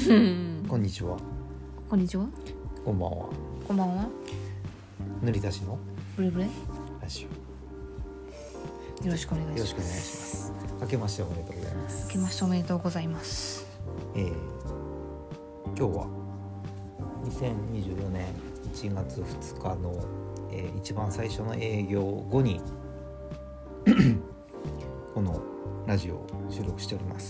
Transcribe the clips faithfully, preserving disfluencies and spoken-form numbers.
こんにちは。 こんにちは。 こんばんは。 こんばんは。 塗り出しのブレブレラジオ、 よろしくお願いします。 よろしくお願いします。明けましておめでとうございます。 明けましておめでとうございます。 えー、今日はにせんにじゅうよねんいちがつふつかの、えー、一番最初の営業後にこのラジオを収録しております。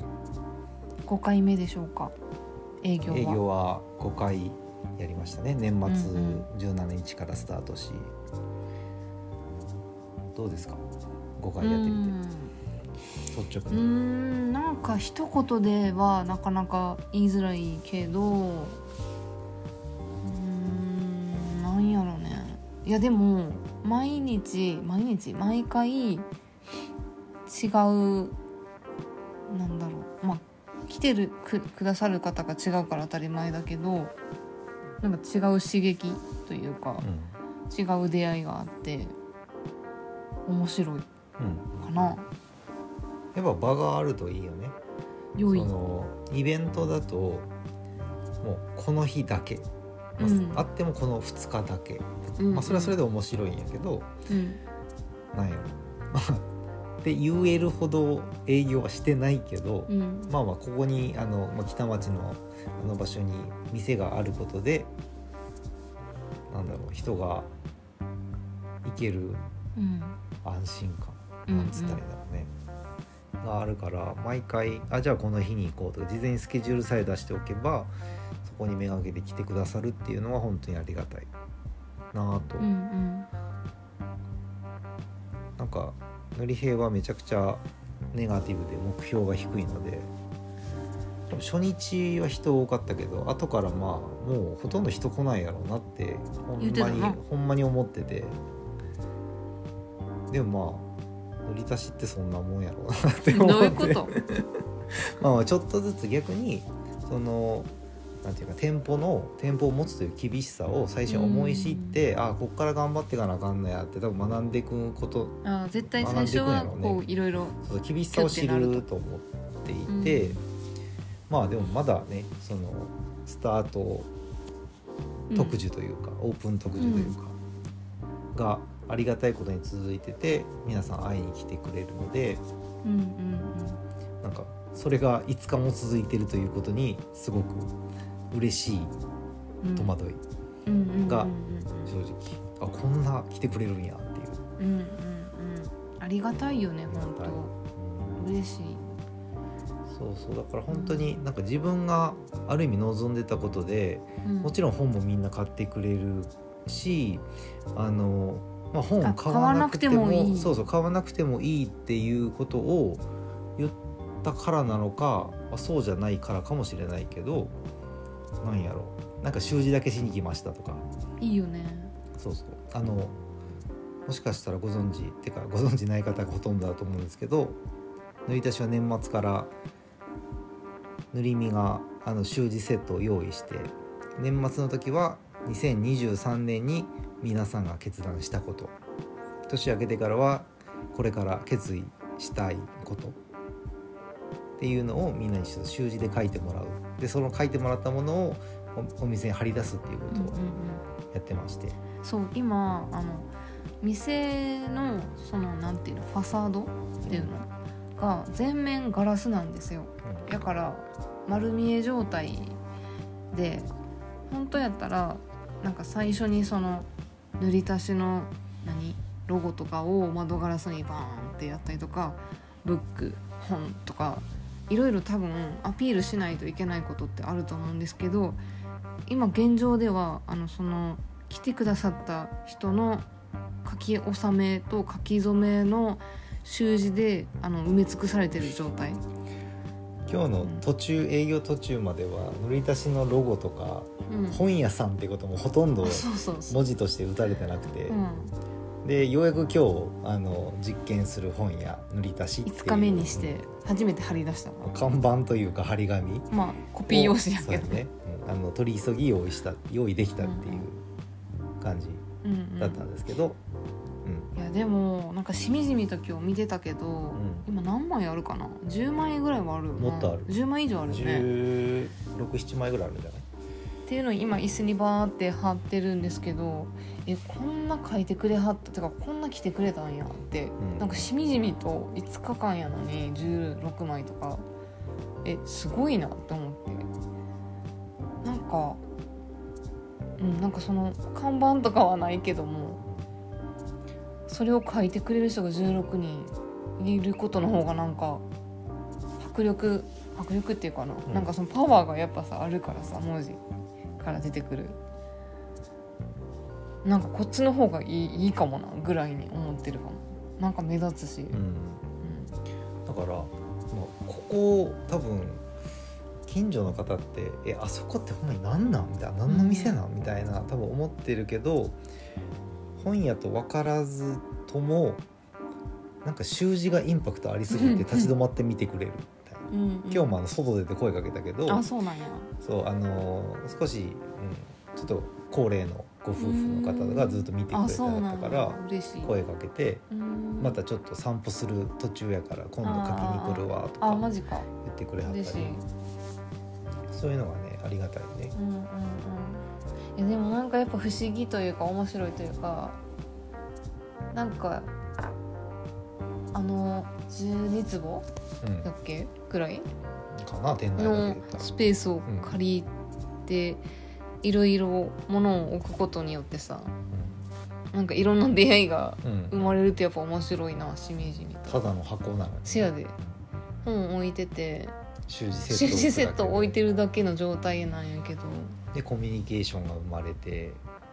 ごかいめでしょうか。営業は営業はごかいやりましたね。年末うんうん、 じゅうしちにちからスタートし、どうですか、ごかいやってみて率直うーに。 んなんか一言ではなかなか言いづらいけど、うーんなんやろね。いやでも毎日毎日毎回違う、なんだろう、まあ来てる く, くださる方が違うから当たり前だけど、なんか違う刺激というか、 うん違う出会いがあって面白いかうん、 な。 やっぱ場があるといいよね。 良い。 そのイベントだともうこの日だけ、まあうんあってもこのふつかだけ、 うんうんまあ、それはそれで面白いんやけど、 うんなんやろって言えるほど営業はしてないけど、 うんまあまあここにあの、まあ、北町のあの場所に店があることで、なんだろう、人が行けるうん安心うんうん感なんつったらいいんだろうね、があるから、毎回あじゃあこの日に行こうとか事前にスケジュールさえ出しておけばそこに目がけて来てくださるっていうのは本当にありがたいなぁと、 うんうんなんかのり平はめちゃくちゃネガティブで目標が低いので、初日は人多かったけど後からまあもうほとんど人来ないやろうなってほんまに言ってたなほんまに思ってて、でもまあ乗り足しってそんなもんやろうなって思ってどういうことまあまあちょっとずつ逆にそのなんていうか店舗の店舗を持つという厳しさを最初に思い知って、ああこっから頑張っていかなあかんのやって多分学んでいくこと、 あ絶対最初はこういろいろそう厳しさを知ると思っていて、うん、まあでもまだねそのスタート特需というか、うん、オープン特需というか、うん、がありがたいことに続いてて皆さん会いに来てくれるので、 うんうんうん、 なんかそれがいつかも続いてるということにすごく嬉しい戸惑いが正直、あこんな来てくれるんやっていう、 うんうんうん、ありがたいよね本当、うん、嬉しい。 そうそう、だから本当になんか自分がある意味望んでたことで、うん、もちろん本もみんな買ってくれるし、あの、まあ、本を買わなくても、買わなくてもいい、そうそう買わなくてもいいっていうことを言ったからなのか、まあ、そうじゃないからかもしれないけど、なんやろなんか習字だけしに来ましたとかいいよね。 そうそう、あのもしかしたらご存知ってかご存知ない方がほとんどだと思うんですけど、塗り出しは年末から塗り身があの習字セットを用意して、年末の時はにせんにじゅうさんねんに皆さんが決断したこと、年明けてからはこれから決意したいことっていうのをみんなにちょっと習字で書いてもらう。でその書いてもらったものを お, お店に貼り出すっていうことをやってまして、うんうんうん、そう今あの店のそのなんていうのファサードっていうのが全面ガラスなんですよ、うん、だから丸見え状態で、本当やったらなんか最初にその塗り足しの何ロゴとかを窓ガラスにバーンってやったりとか、ブック本とかいろいろ多分アピールしないといけないことってあると思うんですけど、今現状ではあのその来てくださった人の書き納めと書き初めの習字であの埋め尽くされてる状態。 今日の途中、うん、営業途中までは塗り足しのロゴとか、うん、本屋さんってこともほとんど文字として打たれてなくて、うん、でようやく今日あの実験する本屋塗り足しっていういつかめにして初めて貼り出したの、 看板というか張り紙、 まあコピー用紙やけどね、うん、あの取り急ぎ用意した用意できたっていう感じだったんですけど、うんうんいやでもなんかしみじみと今日見てたけど、うん、今何枚あるかな、じゅうまいぐらいはあるよな。 もっとある、 じゅうまい以上あるよね。 じゅうろく、ななまいぐらいあるんじゃない？ っていうのを今椅子にバーって貼ってるんですけど、えこんな書いてくれはったてかこんな来てくれたんやって、うん、なんかしみじみといつかかんやのにじゅうろくまいとか、えすごいなと思って、なんかうんなんかその看板とかはないけども、それを書いてくれる人がじゅうろくにんいることの方がなんか迫力迫力っていうかな、うん、なんかそのパワーがやっぱさあるからさ、文字から出てくる、なんかこっちの方がいい、いいかもなぐらいに思ってるかも。なんか目立つし、うんうん、 だからここ多分近所の方ってえあそこってほんまに何なんみたいな、何の店なん、うん、みたいな多分思ってるけど、本屋と分からずともなんか習字がインパクトありすぎて立ち止まって見てくれるみたいな、うんうん、今日もあの外出て声かけたけど、 あそうなんや、 そうあの少し、うん、ちょっと高齢のご夫婦の方がずっと見てくれてたから声かけて、またちょっと散歩する途中やから今度書きに来るわとか言ってくれはったり、そういうのがねありがたいね、うんうんうん、いやでもなんかやっぱ不思議というか面白いというか、なんかあのじゅうにつぼだっけ、うん、くらいかな店内のスペースを借りて、うん、いろいろ物を置くことによってさ、うん、なんかいろんな出会いが生まれるってやっぱ面白いな、しみじみと。 ただの箱なのにせやで本置いてて習字セット、 習字セット置いてるだけの状態なんやけど、 でコミュニケーションが生まれて、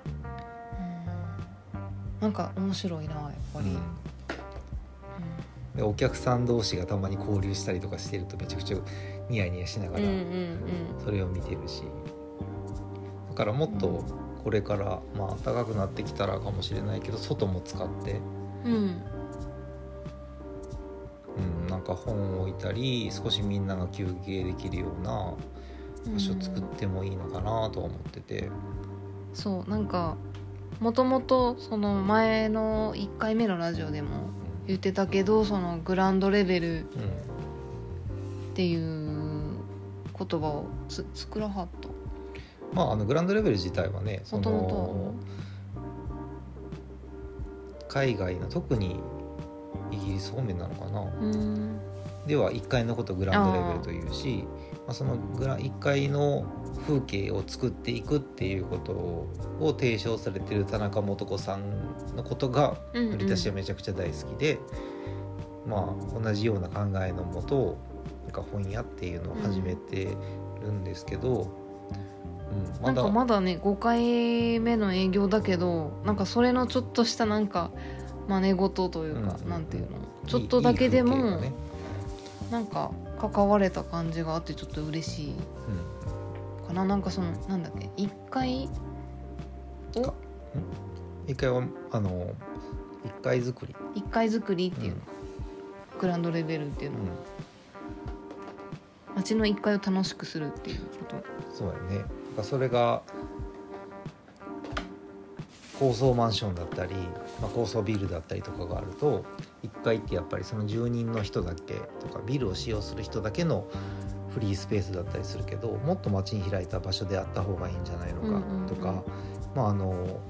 うん、なんか面白いなやっぱり、うんでお客さん同士がたまに交流したりとかしてるとめちゃくちゃニヤニヤしながらそれを見てるし、だからもっとこれからまあ暖かくなってきたらかもしれないけど外も使って、うんうん、なんか本を置いたり少しみんなが休憩できるような場所作ってもいいのかなとは思ってて、うん、 そうなんかもともとその前のいっかいめのラジオでも言ってたけど、そのグランドレベルっていう言葉をつ作らはった。 まああのグランドレベル自体はね、その海外の特にイギリス方面なのかな、うんではいっかいのことをグランドレベルというし、まあ、そのグラいっかいの風景を作っていくっていうことを提唱されている田中素子さんのことが私はめちゃくちゃ大好きで、うんうん、まあ同じような考えのもとなんか本屋っていうのを始めてるんですけど、 うん、まだなんかまだねごかいめの営業だけど、なんかそれのちょっとしたなんか真似事というか、うんうんうん、なんていうのちょっとだけでもいい、いい風景がね、なんか関われた感じがあってちょっと嬉しいかな、うん、なんかそのなんだっけいっかいをいっかいはあのいっかい作りいっかい作りっていうの、うん、グランドレベルっていうの、うん、街のいっかいを楽しくするっていうこと。 そうやね。それが高層マンションだったり、まあ、高層ビルだったりとかがあるといっかいってやっぱりその住人の人だけとかビルを使用する人だけのフリースペースだったりするけど、もっと街に開いた場所であった方がいいんじゃないのかとか、うんうんうん、まああのうん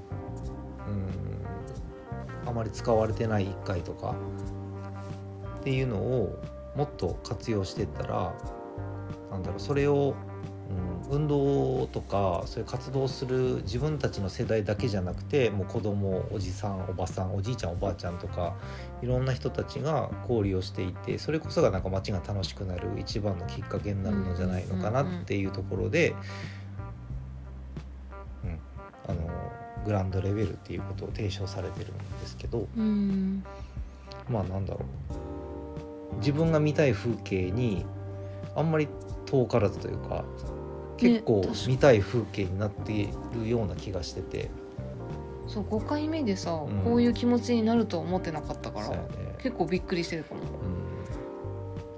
あまり使われてないいっかいとかっていうのをもっと活用していったら、なんだろう、それをうん、運動とかそういう活動する自分たちの世代だけじゃなくて、もう子供、おじさん、おばさん、おじいちゃん、おばあちゃんとかいろんな人たちが交流をしていて、それこそがなんか街が楽しくなる一番のきっかけになるのじゃないのかなっていうところで、うんうんうん、あのグランドレベルっていうことを提唱されてるんですけど、うん、まあなんだろう、自分が見たい風景にあんまり遠からずというか結構見たい風景になっているような気がしてて、ね、 そうごかいめでさ、うん、こういう気持ちになるとは思ってなかったから、ね、結構びっくりしてるかも、うん、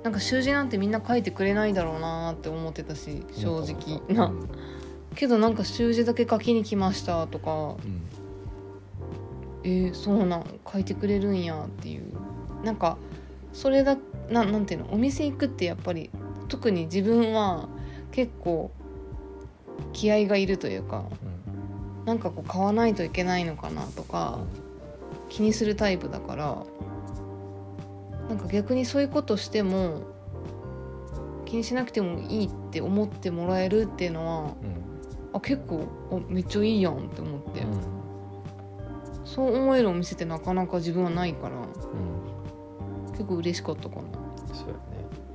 なんか習字なんてみんな書いてくれないだろうなって思ってたし、正直な、うん、けどなんか習字だけ書きに来ましたとか、うん、えー、そうなん書いてくれるんやっていう、なんかそれだ な, なんていうのお店行くってやっぱり特に自分は結構気合がいるというか、 うん、 なんかこう買わないといけないのかなとか気にするタイプだから、なんか逆にそういうことしても気にしなくてもいいって思ってもらえるっていうのは、 うん、 あ結構あめっちゃいいやんって思って、 うん、 そう思えるお店ってなかなか自分はないから、 うん、 結構嬉しかったかな。 そうやね。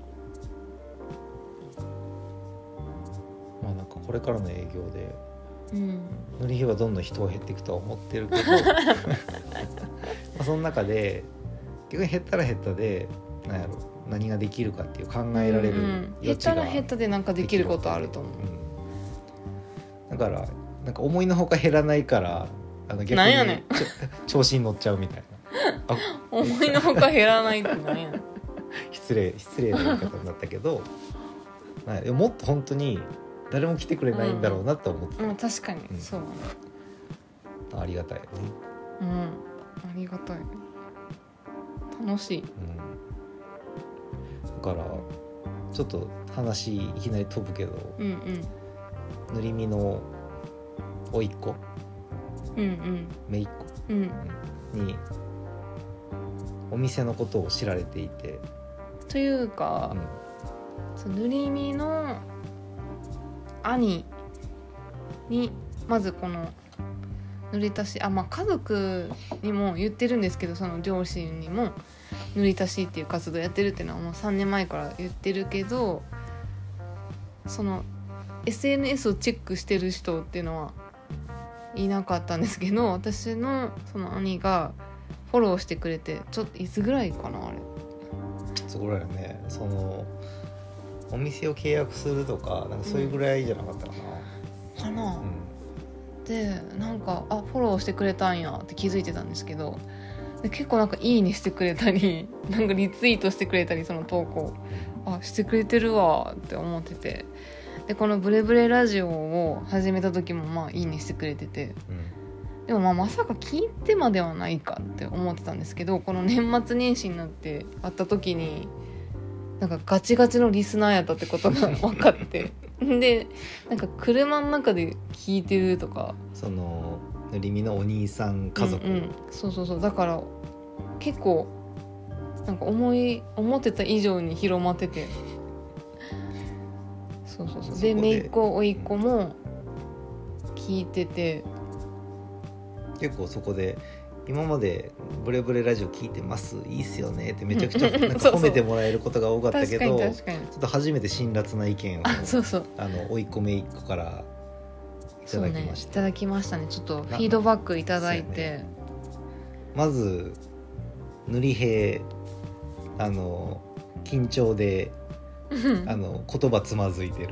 まあなんかこれからの営業でうん塗り日はどんどん人は減っていくとは思ってるけどまあその中で逆に減ったら減ったで何やろ何ができるかっていう考えられる余地が、 うんうん、減ったら減ったでなんかできることあると思う、 うん、だからなんか思いのほか減らないからあの逆なんやねんに調子に乗っちゃうみたいなあ思いのほか減らないってなんやねん失礼失礼な言い方になったけどなんやもっと本当に誰も来てくれないんだろうなと思ってた、 うん、確かに、 うん、 そうだね。 ありがたいよね。 うん、ありがたい。楽しい。 うん、だからちょっと話いきなり飛ぶけど、 うんうん。 塗り身の甥っ子、 うんうん。 姪っ子、 うんうん、にお店のことを知られていて、 というか、うん、その塗り身の兄にまずこの塗り足しあ、まあ、家族にも言ってるんですけど、その両親にも塗り足しっていう活動やってるっていうのはもうさんねんまえから言ってるけど、その エスエヌエス をチェックしてる人っていうのはいなかったんですけど、私のその兄がフォローしてくれて、ちょっといつぐらいかなあれそこらよね、そのお店を契約するとかなんかそういうぐらいじゃなかったかな、 かな、 うん、 でなんかあフォローしてくれたんやって気づいてたんですけど、で結構なんかいいねしてくれたりなんかリツイートしてくれたり、その投稿あしてくれてるわって思ってて、でこのブレブレラジオを始めた時もまあいいねしてくれてて、うん、でもまあまさか聞いてまではないかって思ってたんですけど、この年末年始になって会った時になんかガチガチのリスナーやったってことが分かってでなんか車の中で聞いてるとか、 その塗り身のお兄さん家族、 うんうん、そうそうそう、だから結構なんか思い思ってた以上に広まっててそうそうそう、で姪っ子甥っ子も聞いてて、 結構そこで今までブレブレラジオ聞いてますいいっすよねってめちゃくちゃなんか褒めてもらえることが多かったけど確かに確かにちょっと初めて辛辣な意見をあそうそうあの甥っ子姪っ子からいただきました。 そうね、いただきましたね。ちょっとフィードバックいただいて、ね、 まず塗り兵あの緊張であの言葉つまずいてる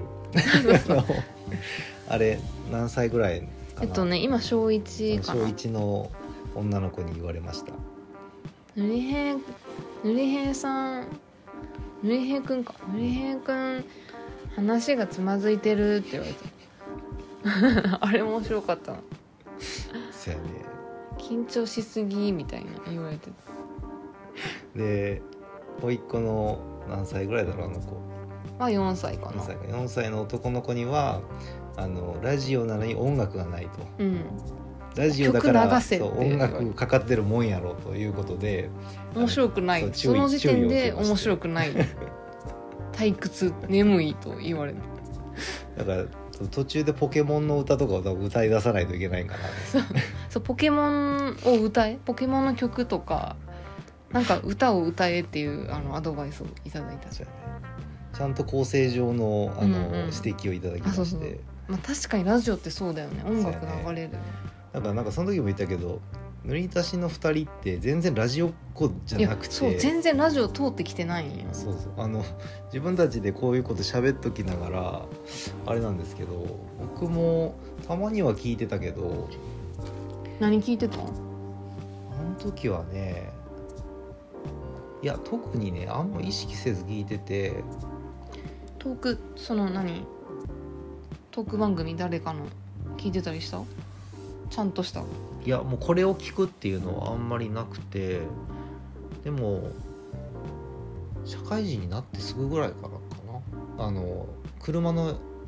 あれ何歳ぐらいかな。 えっとね今小いちかな。 小いちの女の子に言われました。 塗り兵塗り兵さん塗り兵くんか塗り兵くん話がつまずいてるって言われたあれ面白かったな。 そうやね、 緊張しすぎみたいな言われてで甥っ子の何歳ぐらいだろうあの子はよんさいかな。 よんさいかよんさいの男の子にはあのラジオなのに音楽がないと、 うん、 ラジオだからそう音楽かかってるもんやろということで面白くない、その時点で面白くない退屈眠いと言われてだから途中でポケモンの歌とかを多分歌い出さないといけないんかなそうそうポケモンを歌えポケモンの曲とかなんか歌を歌えっていうあのアドバイスをいただいた。 そうやね、ちゃんと構成上の、あの、うんうん、指摘をいただきまして、 そうそう、まあ、確かにラジオってそうだよね、音楽流れる、ね、 だからなんかその時も言ったけど塗り足しのふたりって全然ラジオっ子じゃなくて、 そう全然ラジオ通ってきてないんよ。 そうそう、あの自分たちでこういうこと喋っときながらあれなんですけど、僕もたまには聞いてたけど。 何聞いてた？あの時はね、いや特にねあんま意識せず聞いてて、 トークその何トーク番組誰かの聞いてたりした？ちゃんとした？ いやもうこれを聞くっていうのはあんまりなくて、でも社会人になってすぐぐらいからかな、あの車の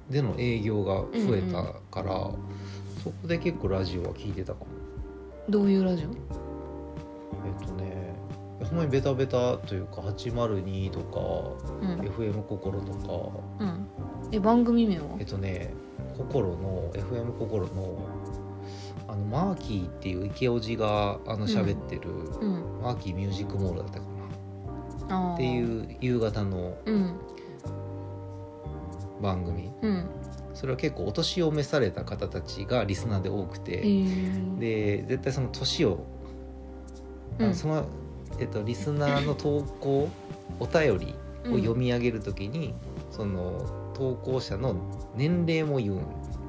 での営業が増えたから、うんうん、そこで結構ラジオは聞いてたかも。 どういうラジオ？ えっとねほんまにベタベタというかはちまるにとか、うん、エフエム 心とか、 うん、え番組名は？ えっとね心の エフエム 心のあのマーキーっていう池オジがあの喋ってる、うんうん、マーキーミュージックモールだったかなっていう夕方の番組、うん、それは結構お年を召された方たちがリスナーで多くて、で絶対その年を、うん、あのその、えっと、リスナーの投稿お便りを読み上げるときに、うん、その投稿者の年齢も言うん。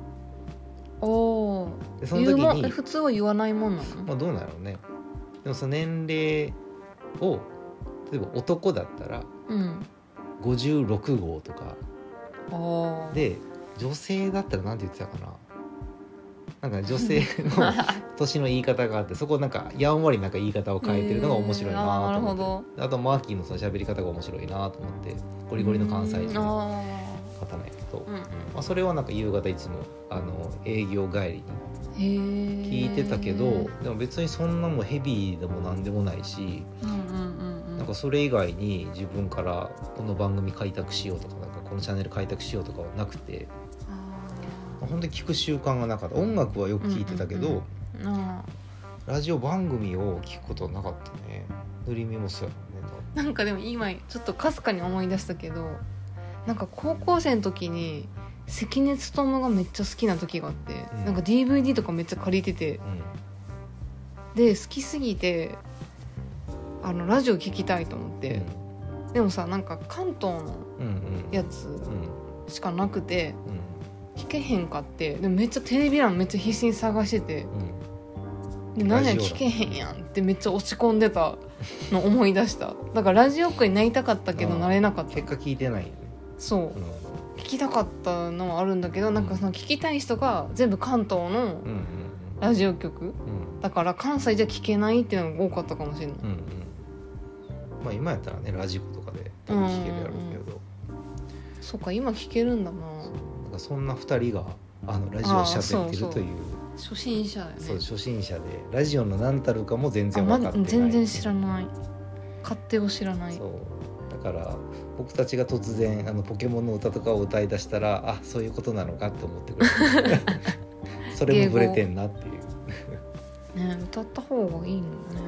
おでその時に普通は言わないもんなの？ まあどうなのね。でもその年齢を例えば男だったら、うん、ごじゅうろくごうとかで、女性だったらなんて言ってたかな、なんか女性の年の言い方があってそこなんかやんわりなんか言い方を変えてるのが面白いなと思って、えー、あ, あとマーキーのその喋り方が面白いなと思ってゴリゴリの関西人の方なんやけど、うんうんまあ、それはなんか夕方いつもあの営業帰りに聞いてたけど、でも別にそんなもヘビーでもなんでもないし、うんうんうんうん、なんかそれ以外に自分からこの番組開拓しようとか、なんかこのチャンネル開拓しようとかはなくて、あ本当に聞く習慣がなかった。音楽はよく聞いてたけど、うんうんうん、ラジオ番組を聞くことはなかったね。ぬりみもそうやもんね。 なんかでも今ちょっとかすかに思い出したけど、なんか高校生の時に関根勤がめっちゃ好きな時があって、うん、なんか ディーブイディー とかめっちゃ借りてて、うん、で好きすぎてあのラジオ聞きたいと思って、うん、でもさなんか関東のやつしかなくて、うん、聞けへんかって、でもめっちゃテレビ欄めっちゃ必死に探してて、うん、で何や聞けへんやんってめっちゃ落ち込んでたの思い出した。だからラジオっ子になりたかったけどなれなかった。 結果聞いてないよね。 そう、うん、聞きたかったのはあるんだけど、なんかその聞きたい人が全部関東のラジオ局、うんうん、だから関西じゃ聞けないっていうのが多かったかもしれない、うんうん、 まあ今やったらねラジコとかで多分聞けるやろうけど、うんうん、 そっか今聞けるんだな。 なんかそんなふたりがあのラジオを喋ってるという、 初心者だよね。 そう初心者でラジオの何たるかも全然分かってない、 ま、全然知らない、勝手を知らない。 そうだから僕たちが突然あのポケモンの歌とかを歌い出したら、あそういうことなのかって思ってくれるそれもブレてんなっていうね、歌った方がいいのね。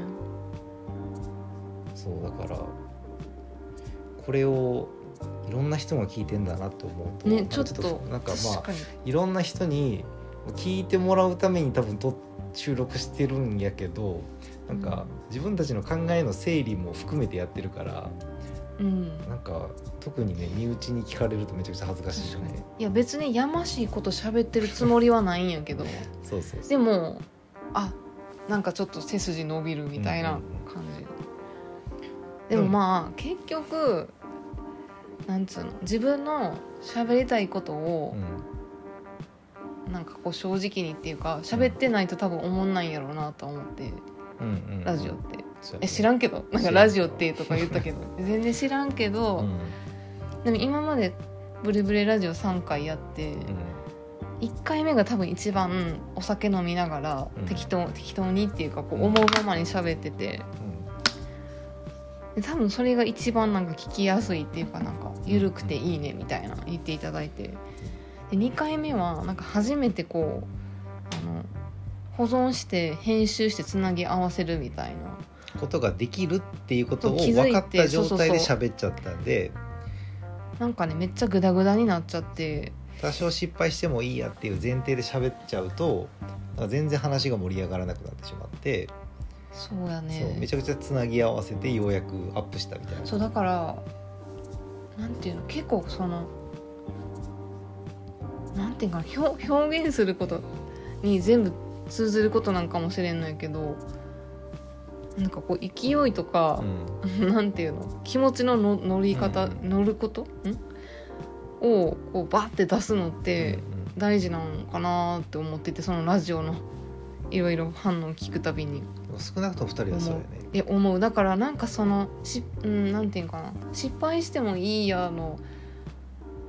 そうだからこれをいろんな人が聞いてんだなって思うと、 ね、ちょっとなんかまあいろんな人に聞いてもらうために多分と収録してるんやけど、なんか自分たちの考えの整理も含めてやってるから、うん、なんか特にね身内に聞かれるとめちゃくちゃ恥ずかしいよね。 いや別にやましいこと喋ってるつもりはないんやけどそうそうそう、 でもあなんかちょっと背筋伸びるみたいな感じ、うんうん、でもまあ、うん、結局なんつうの自分の喋りたいことを、うん、なんかこう正直にっていうか喋ってないと多分思んないんやろうなと思って、うんうんうん、ラジオってえ知らんけどなんかラジオってとか言ったけど全然知らんけど、うん、でも今までブレブレラジオさんかいやって、うん、いっかいめが多分一番お酒飲みながら、うん、適当適当にっていうかこう思うままに喋ってて、うん、で多分それが一番なんか聞きやすいっていうかなんか緩くていいねみたいな言っていただいて、でにかいめはなんか初めてこうあの保存して編集してつなぎ合わせるみたいなことができるっていうことを分かった状態で喋っちゃったんで、 なんかねめっちゃグダグダになっちゃって、 多少失敗してもいいやっていう前提で喋っちゃうと全然話が盛り上がらなくなってしまって、 そうやね、 そうめちゃくちゃつなぎ合わせてようやくアップしたみたいな。 そうだからなんていうの結構そのなんていうかな 表, 表現することに全部通ずることなんかもしれんのやけど、なんかこう勢いとか、うん、なんていうの気持ちのの乗り方、うん、乗ることんをこうバーって出すのって大事なのかなって思ってて、そのラジオのいろいろ反応を聞くたびに少なくともふたりはそうやね。 いや思う。だからなんかそのし、うん、なんていうかな失敗してもいいやの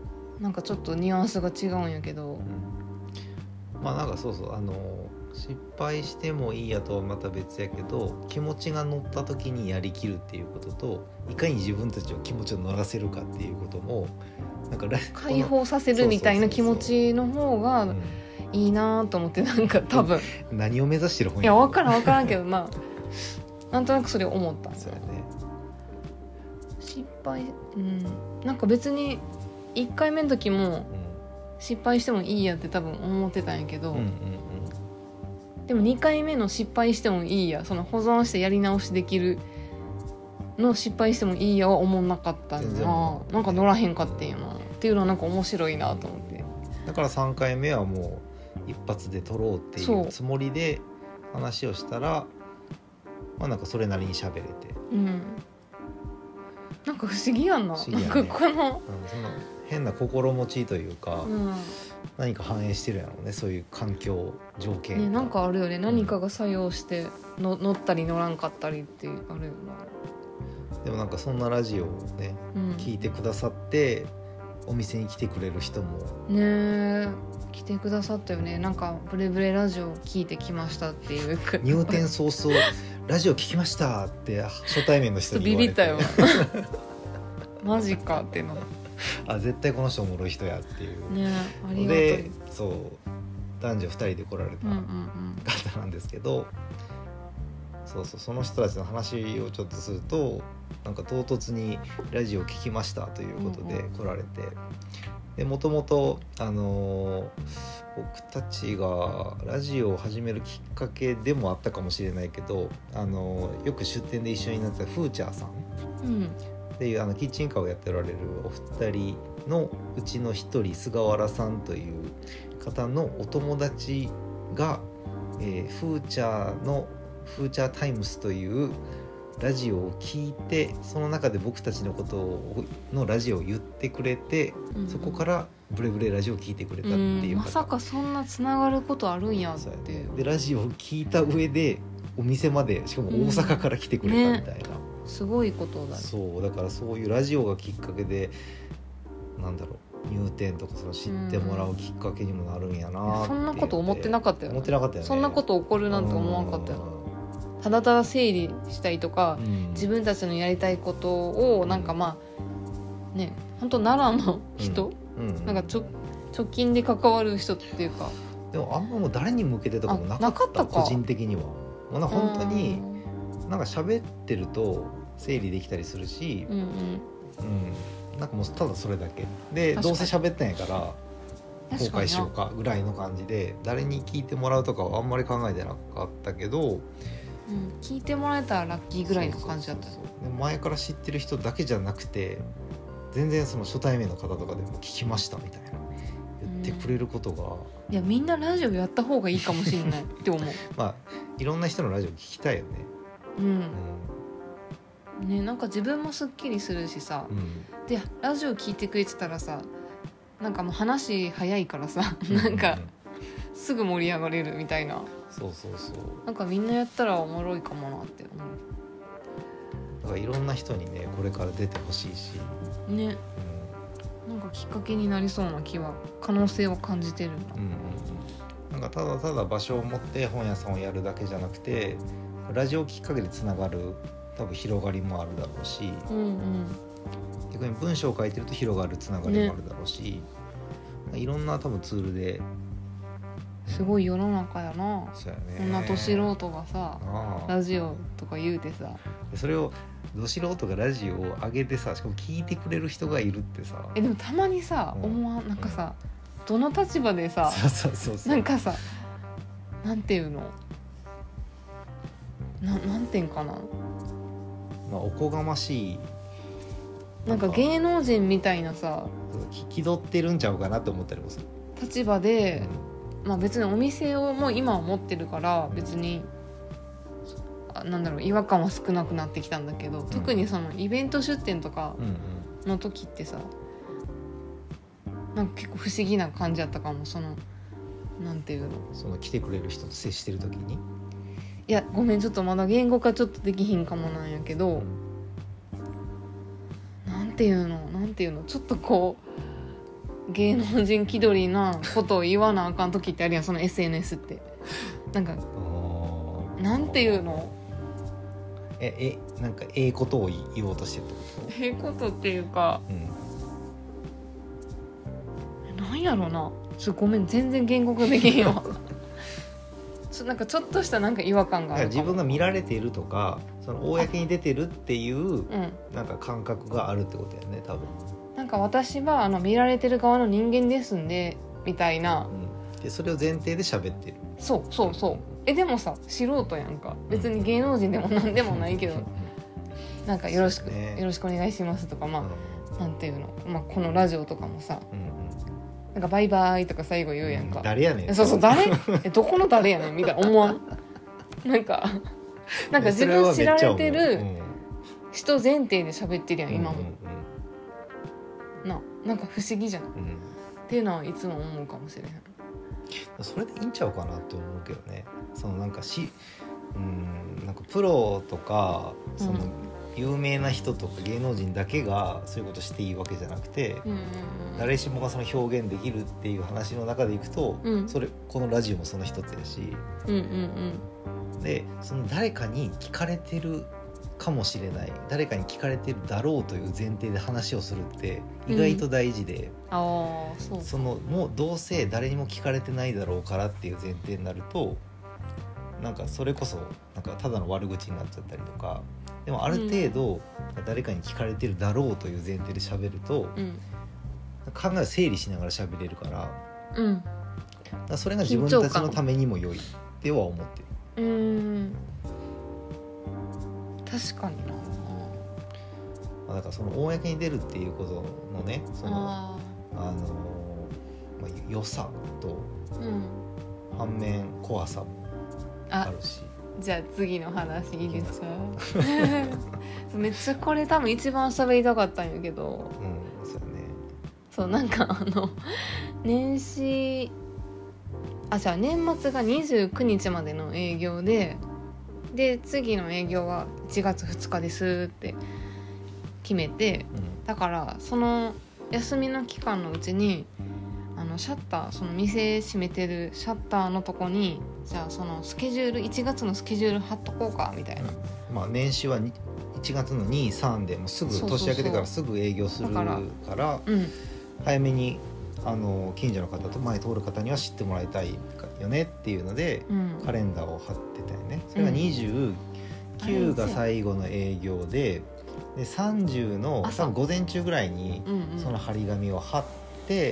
なんかちょっとニュアンスが違うんやけど、 うん、まあなんかそうそうあの失敗してもいいやとはまた別やけど、気持ちが乗った時にやりきるっていうことと、いかに自分たちを気持ちを乗らせるかっていうこともなんか解放させるみたいな気持ちの方がいいなと思って、なんか多分何を目指してる本いや分からん分からんけどまあなんとなくそれ思ったんですよ。 そうやね。 失敗、うん、なんか別にいっかいめの時も失敗してもいいやって多分思ってたんやけど、 うんうんうん、 でもにかいめの失敗してもいいや、その保存してやり直しできるの失敗してもいいやは思んなかったんだな。なんか乗らへんかってんよなっていうのはなんか面白いなと思って、 だからさんかいめはもう一発で撮ろうっていうつもりで話をしたら、まあなんかそれなりに喋れて、 うん、なんか不思議やんな。 不思議やね、 なんかこの、 うん、その変な心持ちというか、 うん、 何か反映してるやろうね、そういう環境条件が、 ね、なんかあるよね、何かが作用しての乗ったり乗らんかったりってあるよな。 でもなんかそんなラジオをね、うん、聞いてくださってお店に来てくれる人もね来てくださったよね。なんかブレブレラジオ聞いてきましたっていう入店早々ラジオ聞きましたって初対面の人に言われてビビったよマジかってのあ絶対この人おもろい人やっていうね、ありがたい。 でそう男女ふたりで来られた方なんですけど、うんうんうん、そうそうその人たちの話をちょっとすると、なんか唐突にラジオ聞きましたということで来られて、うんうん、でもともとあのー、僕たちがラジオを始めるきっかけでもあったかもしれないけど、あのー、よく出店で一緒になってたフーチャーさん、うんっていうあのキッチンカーをやっておられるお二人のうちの一人菅原さんという方のお友達が、えー、フーチャーのフーチャータイムスというラジオを聞いて、その中で僕たちのことをのラジオを言ってくれて、うん、そこからブレブレラジオを聞いてくれたっていう、 まさかそんなつながることあるんやっていう。 でラジオを聞いた上でお店まで、しかも大阪から来てくれたみたいな、うんね、 すごいことだね。 そうだからそういうラジオがきっかけでなんだろう入店とかその知ってもらうきっかけにもなるんやなって。 そんなこと思ってなかったよね。 思ってなかったよね。 そんなこと起こるなんて思わなかったよね。ただただ整理したりとか、うん、自分たちのやりたいことをなんかまあね、本当奈良の人、うんうん、なんかちょ直近で関わる人っていうか、 でもあんまもう誰に向けてとかもなかった。なかったか個人的には。もうなんか本当になんか喋ってると整理できたりするし、うんうんうん、なんかもうただそれだけでどうせ喋ってないから公開しようかぐらいの感じで、誰に聞いてもらうとかはあんまり考えてなかったけど、 うん、聞いてもらえたらラッキーぐらいの感じだった。 そうそうそう、前から知ってる人だけじゃなくて、全然その初対面の方とかでも聞きましたみたいな言ってくれることが、うん、 いやみんなラジオやった方がいいかもしれないって思うまあいろんな人のラジオ聞きたいよね。うん、 うん、ね、なんか自分もすっきりするしさ、うん、でラジオ聞いてくれてたらさ、なんかもう話早いからさ、うん、なんかすぐ盛り上がれるみたいな。 そうそうそう、 なんかみんなやったらおもろいかもなって思う。 だからいろんな人にねこれから出てほしいしね、うん、なんかきっかけになりそうな気は、可能性を感じてるな、うんうん、なんかただただ場所を持って本屋さんをやるだけじゃなくて、ラジオきっかけでつながる多分広がりもあるだろうし、うんうん、逆に文章を書いてると広がるつながりもあるだろうし、ね、いろんな多分ツールですごい世の中やな。そうやね、こんなど素人がさラジオとか言うてさ、 それをど素人がラジオを上げてさ、しかも聞いてくれる人がいるってさ、 えでもたまにさ、うん、思わんなんかさ、どの立場でさ、 そうそうそうそう、 なんかさ、なんていうのな、なんていうんかな、 まあ、おこがましいなんか芸能人みたいなさ、 気取ってるんちゃうかなって思ったりもする立場で、うん、まあ別にお店をもう今は持ってるから別に、うん、なんだろう違和感は少なくなってきたんだけど、うん、特にそのイベント出店とかの時ってさ、なんか結構不思議な感じだったかも。そのなんていうの、 その来てくれる人と接してる時に、 いやごめんちょっとまだ言語化ちょっとできひんかもなんやけど、うん、なんていうのなんていうのちょっとこ芸能人気取りなことを言わなあかん時ってあるやん、その エスエヌエス ってなんかなんていうのええなんかええことを言おうとしてるってこと？ ええことっていうか、うん、なんやろな、ちょごめん全然言語化できへんわちょなんかちょっとしたなんか違和感があるかも。 自分が見られているとかその公に出てるっていう、うん、なんか感覚があるってことだよね多分。 なんか私はあの見られてる側の人間ですんでみたいな、 うん、でそれを前提で喋ってる。 そうそうそう。えでもさ素人やんか、別に芸能人でもなんでもないけど、うん、なんかよろしく、ね、よろしくお願いしますとか、まあ、うん、なんていうの、まあ、このラジオとかもさ、うんうん、なんかバイバイとか最後言うやんか、うん、 誰やねん。 そうそう誰えどこの誰やねんみたいな思わんなんかなんか自分知られてる人前提で喋ってるやん今も、うんうんうん、な, なんか不思議じゃん、うん、っていうのはいつも思うかもしれへん。 それでいいんちゃうかなって思うけどね。そのなんかしうんなんかプロとかその有名な人とか芸能人だけがそういうことしていいわけじゃなくて、うんうんうん、誰しもがその表現できるっていう話の中でいくと、うん、それこのラジオもその一つやし、うんうんうん、でその誰かに聞かれてるかもしれない、誰かに聞かれてるだろうという前提で話をするって意外と大事で、うん、あそうそのもうどうせ誰にも聞かれてないだろうからっていう前提になるとなんかそれこそなんかただの悪口になっちゃったりとか、でもある程度誰かに聞かれてるだろうという前提で喋ると、うん、考えを整理しながら喋れるから、うん、だからそれが自分たちのためにも良いっては思ってる。うーん確かにな。 だからその公に出るっていうことのねそのああの、まあ、良さと、うん、反面怖さもあるし。 じゃあ次の話いいですか？めっちゃこれ多分一番喋りたかったんやけど、うん、そうね。そうなんかあの年始あじゃあ年末がにじゅうくにちまでの営業で。で次の営業はいちがつふつかですって決めて、うん、だからその休みの期間のうちにあのシャッターその店閉めてるシャッターのとこにじゃあそのスケジュールいちがつのスケジュール貼っとこうかみたいな、 うん、まあ年始はいちがつのに、さんでもうすぐ年明けてからすぐ営業するから、から、うん、早めにあの近所の方と前通る方には知ってもらいたいよねっていうので、うん、カレンダーを貼ってたよね。それがにじゅうきゅうが最後の営業で、でさんじゅうの多分午前中ぐらいにその張り紙を貼って、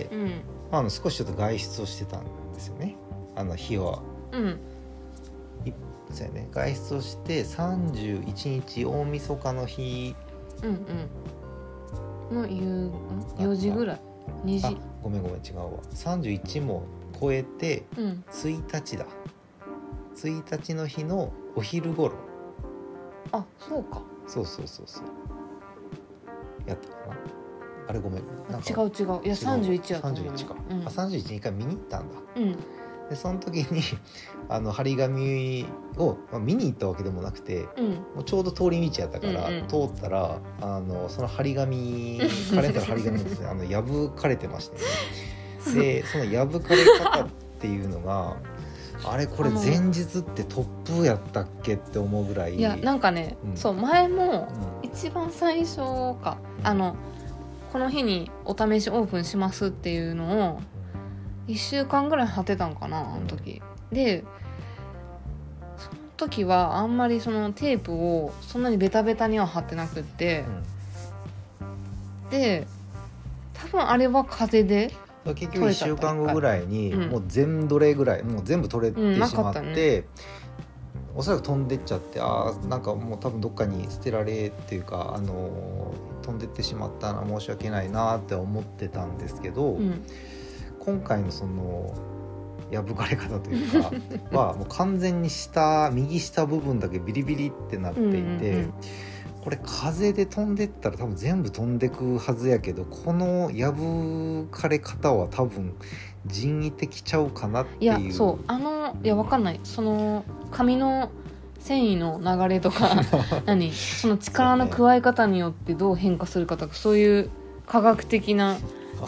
うんうん、まあ、あの少しちょっと外出をしてたんですよねあの日は、うん、そうやね、外出をしてさんじゅういちにち大晦日の日、うんうん、の夕よじぐらいにじごめんごめん違うわさんじゅういちも超えてついたちだ、うん、ついたちの日のお昼頃。 あそうかそうそうそうそうやったかなあれごめんなんか違う違ういやさんじゅういちやったさんじゅういちか、うん、あさんじゅういちに一回見に行ったんだ、うん、でその時にあの張り紙を、まあ、見に行ったわけでもなくて、うん、もうちょうど通り道やったから、うんうん、通ったらあのその張り紙カレンダーの張り紙ですねあの破かれてましてねでその破かれ方っていうのがあれこれ前日って突風やったっけって思うぐらい。 いやなんかね、うん、そう前も一番最初か、うん、あのこの日にお試しオープンしますっていうのをいっしゅうかんぐらい貼ってたんかなあの時、うん、でその時はあんまりそのテープをそんなにベタベタには貼ってなくって、うん、で多分あれは風で結局いっしゅうかんごぐらいにもう全どれぐらい、うん、もう全部取れてしまって、うんね、おそらく飛んでっちゃってあーなんかもう多分どっかに捨てられっていうか、あのー、飛んでってしまったな申し訳ないなって思ってたんですけど、うん、今回のその破かれ方というかはもう完全に下右下部分だけビリビリってなっていて、うんうんうん、これ風で飛んでったら多分全部飛んでくはずやけどこの破かれ方は多分人為的ちゃうかなっていう。 いやそうあのいやわかんないその紙の繊維の流れとか何その力の加え方によってどう変化するかとかそういう科学的な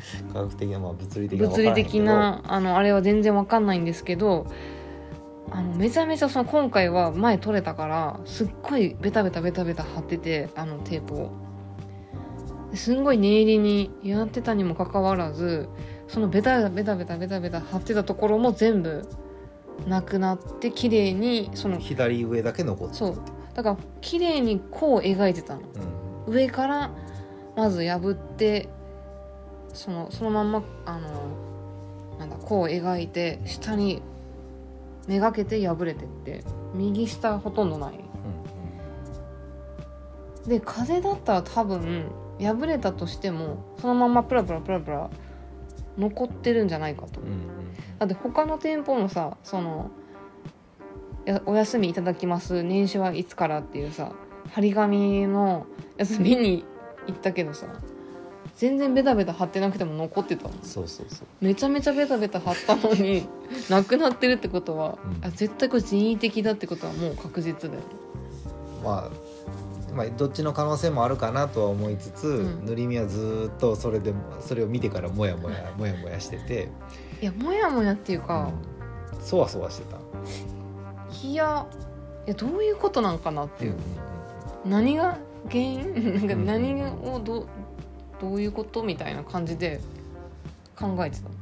科学的な、まあ、物理的な物理的なあのあれは全然わかんないんですけど、あのめちゃめちゃその今回は前取れたからすっごいベタベタベタベタ貼ってて、あのテープをすんごい念入りにやってたにもかかわらず、そのベタベタベタベタベタ貼ってたところも全部なくなって綺麗にその左上だけ残ってた。 そうだから綺麗にこう描いてたの、うん、上からまず破ってそのそのまんまあのなんだこう描いて下にめがけて破れてって、右下ほとんどない、うん、で風だったら多分破れたとしてもそのままプラプラプラプラ残ってるんじゃないかと、うんうん、だって他の店舗もさ、そのやお休みいただきます年始はいつからっていうさ張り紙のやつ見に行ったけどさ、全然ベタベタ貼ってなくても残ってたの。 そうそうそう、 めちゃめちゃベタベタ貼ったのになくなってるってことは、うん、あ絶対これ人為的だってことはもう確実だよね。 まあ、まあどっちの可能性もあるかなとは思いつつ、うん、塗り身はずっとそれでもそれを見てからモヤモヤモヤモヤしてていやモヤモヤっていうか、 うん、そわそわしてた。 いやいやどういうことなんかなっていう、うん、何が原因なんか何をどうどういうことみたいな感じで考えてた、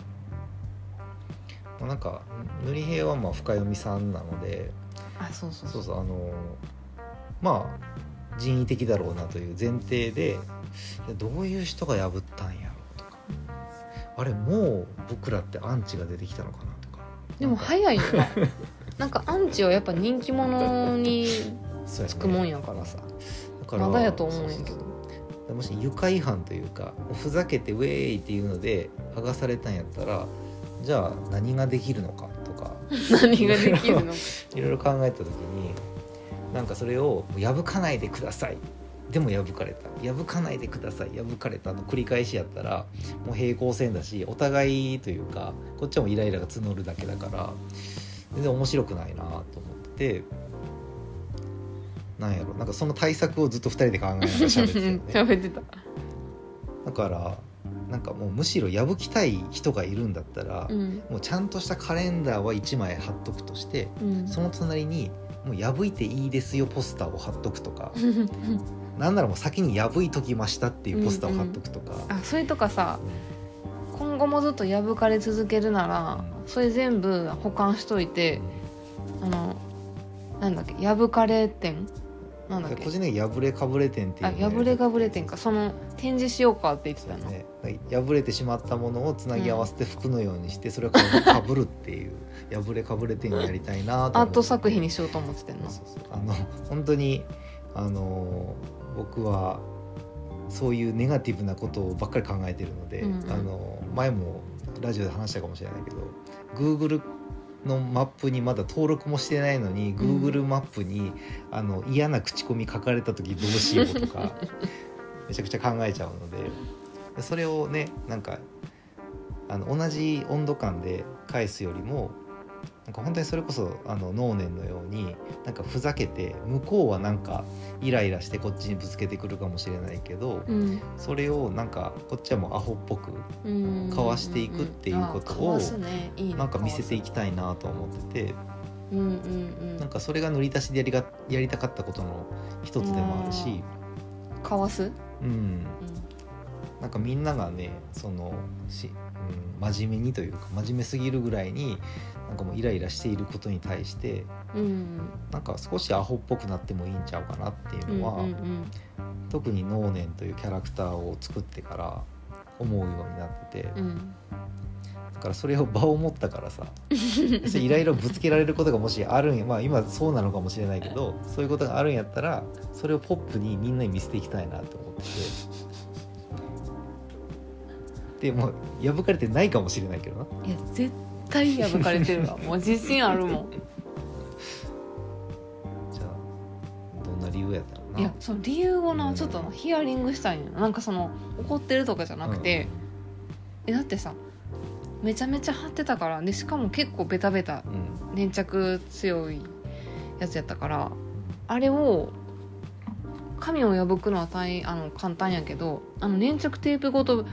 うん、なんか塗り平はまあ深読みさんなので、 あそうそうそうそう、あのまあ人為的だろうなという前提で、どういう人が破ったんやろうとか、あれもう僕らってアンチが出てきたのかなとか。 でも早いよななんかアンチはやっぱ人気者につくもんやからさ、だからまだやと思うんやけど、そうそうそう、もし愉快犯というかふざけてウェーイっていうので剥がされたんやったら、じゃあ何ができるのかとか何ができるのかいろいろ考えた時に、なんかそれを破かないでください、でも破かれた、破かないでください、破かれたの繰り返しやったらもう平行線だし、お互いというかこっちもイライラが募るだけだから全然面白くないなと思ってて、なんやろ、なんかその対策をずっとふたりで考えながら喋ってたよね喋ってた。 だからなんかもうむしろ破きたい人がいるんだったら、 うん、 もうちゃんとしたカレンダーはいちまい貼っとくとして、うん、その隣にもう破いていいですよポスターを貼っとくとかなんならもう先に破いときましたっていうポスターを貼っとくとか、 うんうん、あそれとかさ、うん、今後もずっと破かれ続けるなら、うん、それ全部保管しといて、うん、あのなんだっけ破かれ店なんだっけ、 個人的に破れかぶれ店っていう、 あ破れかぶれ店か、その展示しようかって言ってたの、 ね、破れてしまったものをつなぎ合わせて服のようにして、うん、それをかぶるっていう破れかぶれ店をやりたいなと思ってアート作品にしようと思ってたの。 そうそうそう、あの本当にあの僕はそういうネガティブなことばっかり考えてるので、うんうん、あの前もラジオで話したかもしれないけど Googleのマップにまだ登録もしてないのに、うん、Google マップにあの嫌な口コミ書かれた時どうしようとかめちゃくちゃ考えちゃうので、それをねなんかあの同じ温度感で返すよりも、なんか本当にそれこそあの能年のようになんかふざけて、向こうはなんかイライラしてこっちにぶつけてくるかもしれないけど、うん、それをなんかこっちはもうアホっぽくかわしていくっていうことをなんか見せていきたいなと思ってて、うんうんうん、なんかそれが塗り足しでやりがやりたかったことの一つでもあるし、 かわす、 うんうん、なんかみんながねそのし、うん、真面目にというか真面目すぎるぐらいになんかもうイライラしていることに対して、うん、なんか少しアホっぽくなってもいいんちゃうかなっていうのは、うんうんうん、特に能年というキャラクターを作ってから思うようになってて、うん、だからそれを場を持ったからさイライラをぶつけられることがもしあるんや、まあ今そうなのかもしれないけど、そういうことがあるんやったらそれをポップにみんなに見せていきたいなと思っててでも破かれてないかもしれないけどな。 いや絶対破かれてるわもう自信あるもんじゃあどんな理由やったのな。 いやその理由をな、うん、ちょっとヒアリングしたいの。なんかその怒ってるとかじゃなくて、うん、えだってさめちゃめちゃ貼ってたからで、しかも結構ベタベタ、うん、粘着強いやつやったから、あれを紙を破くのは大あの簡単やけど、あの粘着テープごと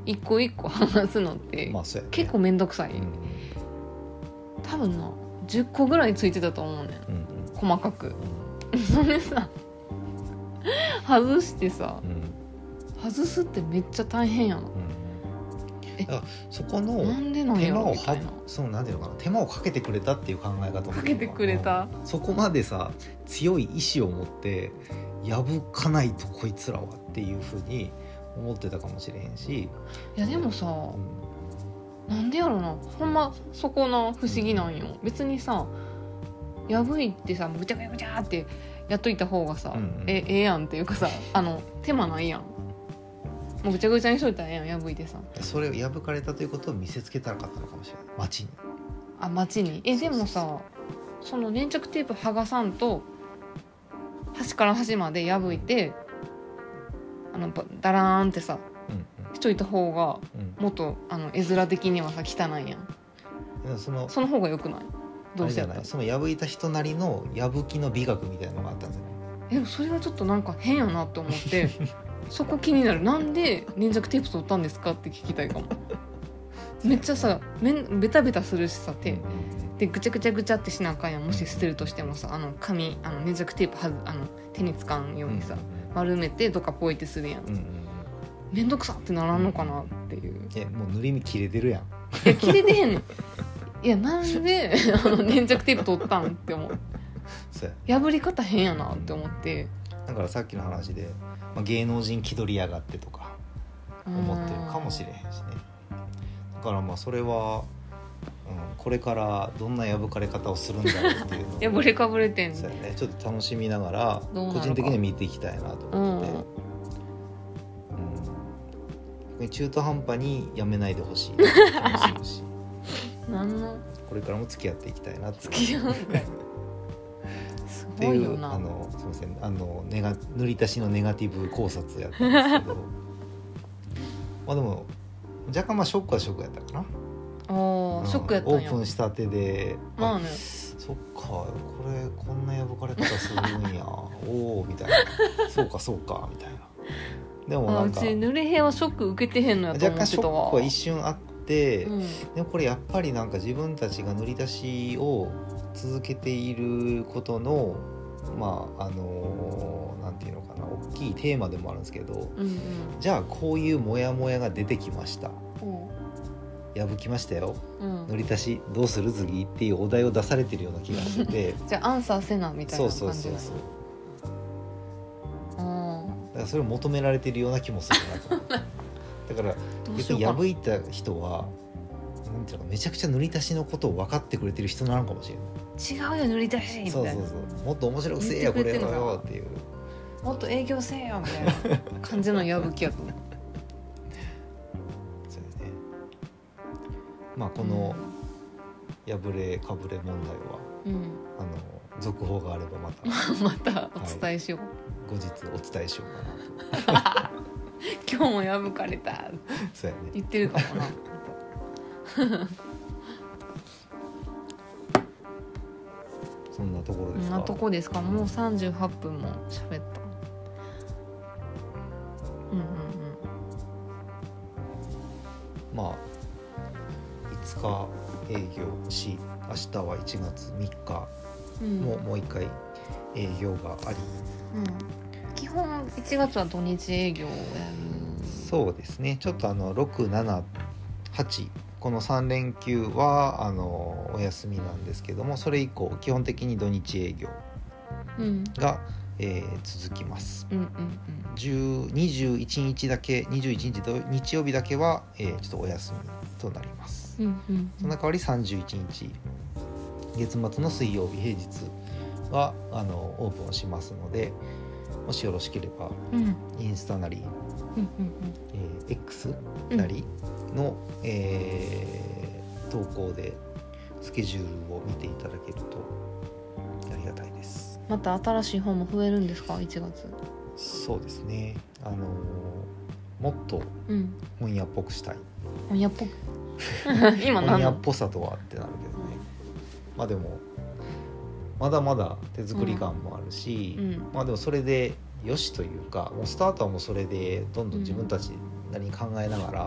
一個一個剥がすのって、 まあそうやね、 結構めんどくさい、 うん、 多分なじゅっこぐらいついてたと思うねん、 うんうん、 細かく、 うん、 それさ外してさ、 うん外すってめっちゃ大変やな、 うん、 えだからそこのなんでなん手間をやろみたいな、 そのなんていうのかな、手間をかけてくれたっていう考え方もかけてくれた、 そこまでさ強い意志を持って破かないとこいつらはっていうふうに思ってたかもしれへんし、 いやでもさ、 うん、 なんでやろな、ほんまそこな不思議なんよ、別にさ破いてさぐちゃぐちゃぐちゃってやっといた方がさ、 うんうん、 えええやんっていうかさ、あの手間ないやん、もうぐちゃぐちゃにしといたらええやん破いてさ、 それを破かれたということを見せつけたらかったのかもしれない、街に。 あ、街に。えでもさ、その粘着テープ剥がさんと端から端まで破いて、あのダラーンってさうんしといた方がうんもっとあの絵面的にはさ汚いやん。 うん、そのその方が良くない？どうせやったら。 その破いた人なりの破きの美学みたいなのがあったんだよね。 えでもそれはちょっとなんか変やなって思ってそこ気になる。なんで粘着テープ取ったんですかって聞きたいかも。めっちゃさめんベタベタするしさ手、 うんでぐちゃぐちゃぐちゃってしなあかんやん。もし捨てるとしてもさ、あの紙あの粘着テープはあの手につかんようにさ、丸めてどっかポイってするやん、 うんうんうん、 めんどくさってならんのかなっていう。 えもう塗り身切れてるやん。 いや切れてへんのいやなんであの粘着テープ取ったんって思う。 そうや破り方変やなって思って、 だからさっきの話で、まあ、芸能人気取りやがってとか思ってるかもしれへんしね。だからまあそれは、うん、これからどんな破かれ方をするんだろうっていうのを破れかぶれてんそうやね、ちょっと楽しみながらどうなるか個人的には見ていきたいなと思ってて、 うんうん、逆に中途半端にやめないでほしいなって思うしなんのこれからも付き合っていきたいなって付き合うんかいすっていうごいよな。 あのすみませんあのネガ塗り足しのネガティブ考察やったんですけどまあでも若干まあショックはショックやったかな。 あーショックやったんや。 オープンしたてで、 まあね、 そっかこれこんな破かれ方するんやおおみたいなそうかそうかみたいな。でもあうなんかち濡れへんはショック受けてへんのやと若干ショ思ってたわ。 ックは一瞬あって、 うん、 でもこれやっぱりなんか自分たちが塗り出しを続けていることのまああのなんていうのかな大きいテーマでもあるんですけど、 うんうんじゃあこういうモヤモヤが出てきました、 お破きましたよ、 うん塗り足しどうする次っていうお題を出されてるような気がしててじゃあアンサーせなみたいなそう感じなの。 そうそうそうあだからそれを求められてるような気もするなと思ってだからどうし逆にようかな。 破いた人はなんていうのかめちゃくちゃ塗り足しのことを分かってくれてる人なのかもしれない。 違うよ塗りたいしみたいな。 そうそうそうもっと面白くせえよこれをよっていう。 もっと営業せえよみたいな感じの破きやと思う。 そうよね。まあこの破れかぶれ問題は、 うん、 あの続報があればまたまたお伝えしよう、 後日お伝えしようかなと。 今日も破かれたそうやね。 言ってるかもなそんなところですか。 こんなとこですか。もうさんじゅうはっぷんも喋った。うんうんまあいつか営業し明日はいちがつみっかうんうんもうもう一回営業があり、 うん、基本いちがつは土日営業をやる。 そうですねちょっとあのろく、しち、はちこのさん連休はあのお休みなんですけどもそれ以降基本的に土日営業うんが、えー続きます。 うんうん 10 にじゅういちにちだけにじゅういちにちと日曜日だけは、えーちょっとお休みとなります。 うんうんうんその代わりさんじゅういちにち月末の水曜日平日はあのオープンをしますのでもしよろしければうんインスタなり、 うんうんえー X なりの、えー投稿でスケジュールを見ていただけるとありがたいです。 また新しい本も増えるんですかいちがつ。 そうですねあのーもっとうん本屋っぽくしたい。 本屋っぽく今本何の屋っぽさとはってなるけどねまあでもまだまだ手作り感もあるし、 うんまあでもそれでよしというかもうスタートはもうそれでどんどん自分たちなりに考えながら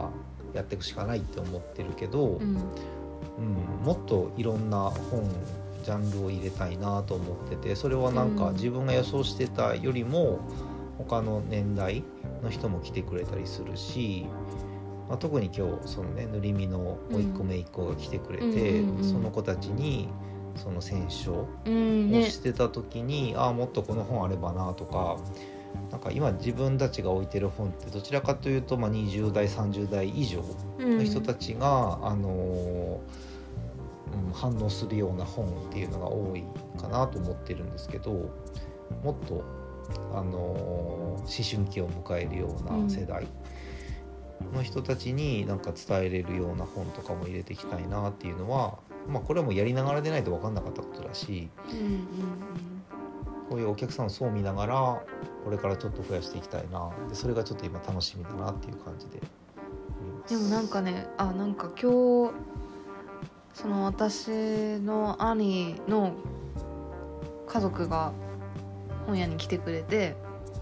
やっていくしかないって思ってるけど、 うんうん、もっといろんな本ジャンルを入れたいなと思ってて、それはなんか自分が予想してたよりも他の年代の人も来てくれたりするし、まあ、特に今日そのね塗り身の甥っ子姪っ子が来てくれて、 うんうんうん、 その子たちにその選書をね、 してた時に、ああもっとこの本あればなとか、なんか今自分たちが置いてる本ってどちらかというと、まあ、にじゅう代さんじゅう代以上の人たちが、うん、あのーうん、反応するような本っていうのが多いかなと思ってるんですけど、もっと、あのー、思春期を迎えるような世代の人たちになんか伝えれるような本とかも入れていきたいなっていうのは、まあ、これはもうやりながらでないと分かんなかったことだし、 うんうんうん、 こういうお客さんの層を見ながらこれからちょっと増やしていきたいな、でそれがちょっと今楽しみだなっていう感じでおります。 でもなんかね、あなんか今日その私の兄の家族が本屋に来てくれて、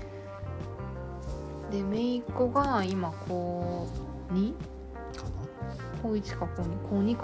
で姪っ子が今高にかな、 高いちか高に高にか、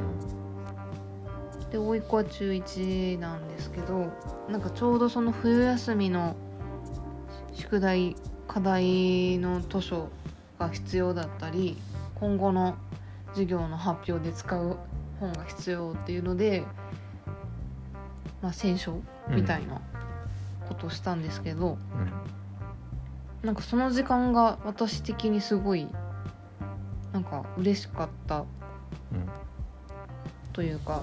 うん、 で甥っ子は中いちなんですけど、なんかちょうどその冬休みの宿題課題の図書が必要だったり、今後の授業の発表で使う本が必要っていうので、まあ、選書みたいなことをしたんですけど、 うん、 なんかその時間が私的にすごいなんか嬉しかったうん、 というか、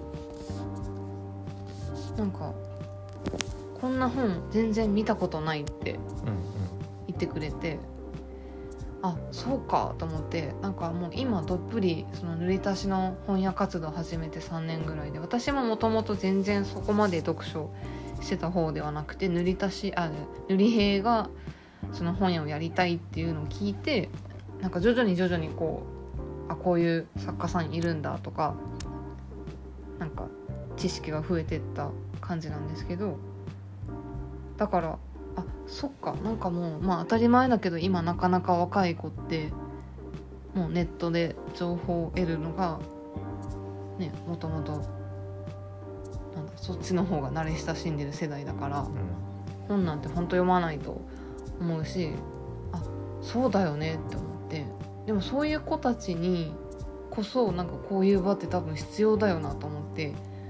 なんかこんな本全然見たことないって言ってくれて、あそうかと思って、なんかもう今どっぷりその塗り足しの本屋活動始めてさんねんぐらいで、私ももともと全然そこまで読書してた方ではなくて、塗り足しあ塗り兵がその本屋をやりたいっていうのを聞いて、なんか徐々に徐々にこうあこういう作家さんいるんだとか、なんか知識が増えてった感じなんですけど、だからあそっか、なんかもうまあ当たり前だけど今なかなか若い子ってもうネットで情報を得るのがね、もともとなんだそっちの方が慣れ親しんでる世代だから、 うん、 本なんて本当読まないと思うし、あそうだよねって思って、でもそういう子たちにこそなんかこういう場って多分必要だよなと思って、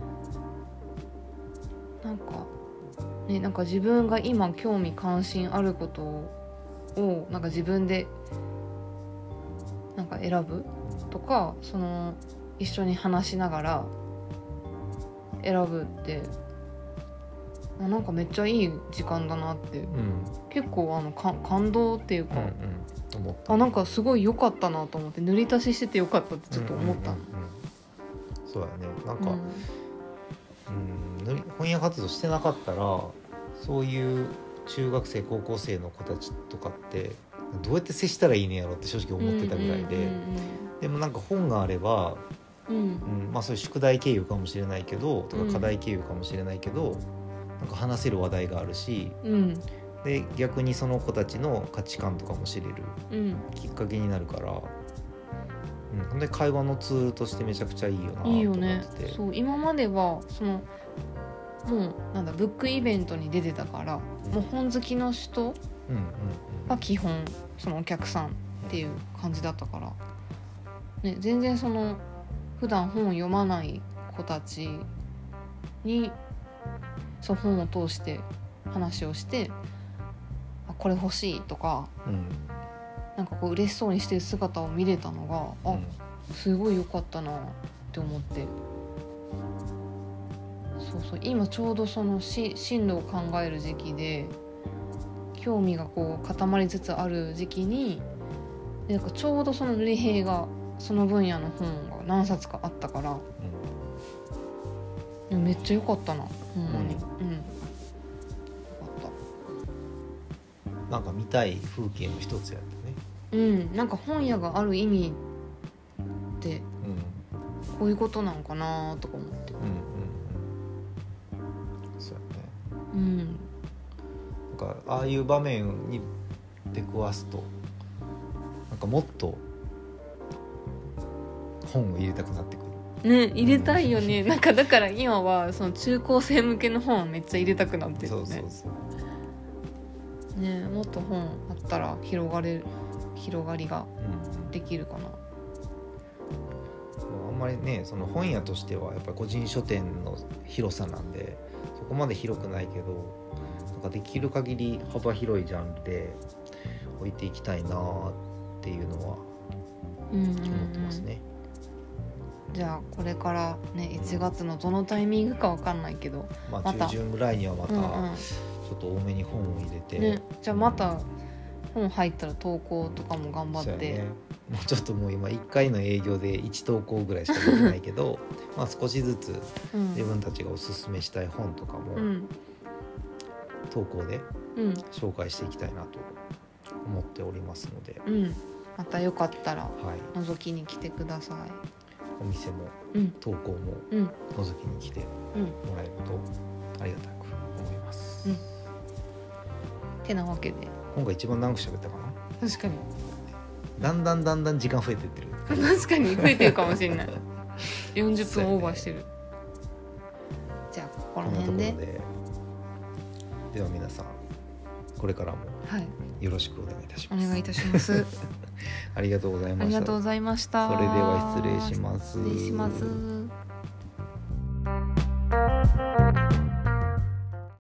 なんかね、なんか自分が今興味関心あることをなんか自分でなんか選ぶとか、その一緒に話しながら選ぶってなんかめっちゃいい時間だなって、 うん、 結構あのか感動っていうか、 うんうん、思った。 あなんかすごい良かったなと思って、塗り足ししてて良かったってちょっと思った、 うんうんうんうん、そうだね、なんか、 うんうん、本屋活動してなかったらそういう中学生高校生の子たちとかってどうやって接したらいいねやろって正直思ってたぐらいで、 うんうんでもなんか本があれば、 うんうんうんまあ、そういう宿題経由かもしれないけどとか課題経由かもしれないけど、なんか話せる話題があるし、 うんで逆にその子たちの価値観とかも知れるうんきっかけになるから、うん、ほんで会話のツールとしてめちゃくちゃいいよなと思ってて、 いいよね。そう今まではそのもうなんだブックイベントに出てたから、 うんもう本好きの人うんうんが基本そのお客さんっていう感じだったから、ね、全然その普段本を読まない子たちにそう本を通して話をして、あこれ欲しいとか、 うんうんなんかこう嬉しそうにしてる姿を見れたのが、あ、 うんすごい良かったなって思って、そうそう今ちょうどそのし進路を考える時期で興味がこう固まりつつある時期に、でなんかちょうどその塗り兵がその分野の本が何冊かあったから、でもめっちゃ良かったな、ほんまに、うん、良かっなんか見たい風景の一つやったね。 た。うんなんか本屋がある意味ってうんこういうことなのかなとか思って、 うんうんうん、そうやね。 うんなんかああいう場面に出くわすとなんかもっと本を入れたくなってくるね、入れたいよね。なんかだから今はその中高生向けの本をめっちゃ入れたくなってるね。 そうそうそうね、もっと本あったら広がれる広がりができるかな。 うん、あんまりねその本屋としてはやっぱり個人書店の広さなんでそこまで広くないけどなんかできる限り幅広いジャンルで置いていきたいなっていうのはうんうんうん、 思ってますね。 じゃあこれからねいちがつのどのタイミングかわかんないけど、 まあ、 また中旬ぐらいにはまたちうんうんょっと多めに本を入れて、 ね、じゃあまた本入ったら投稿とかも頑張って、 ね、もうちょっともう今いっかいの営業でいち投稿ぐらいしかできないけどまあ少しずつうん自分たちがおすすめしたい本とかもうん投稿でうん紹介していきたいなと思っておりますので、 うんまたよかったらはい、 覗きに来てくださお店もい。うん投稿もうん覗きに来てうんもらえるとありがたく思います、 うんてなわけで今回一番長く喋ったかな。 確かにだんだんだんだん時間増えてってる確かに増えてるかもしれないよんじゅっぷんオーバーしてる、じゃあここらこんなとこ辺でろででは皆さんこれからもはいよろしくお願いいたします。 お願いいたしますありがとうございました。 ありがとうございました。 それでは失礼します。 失礼します。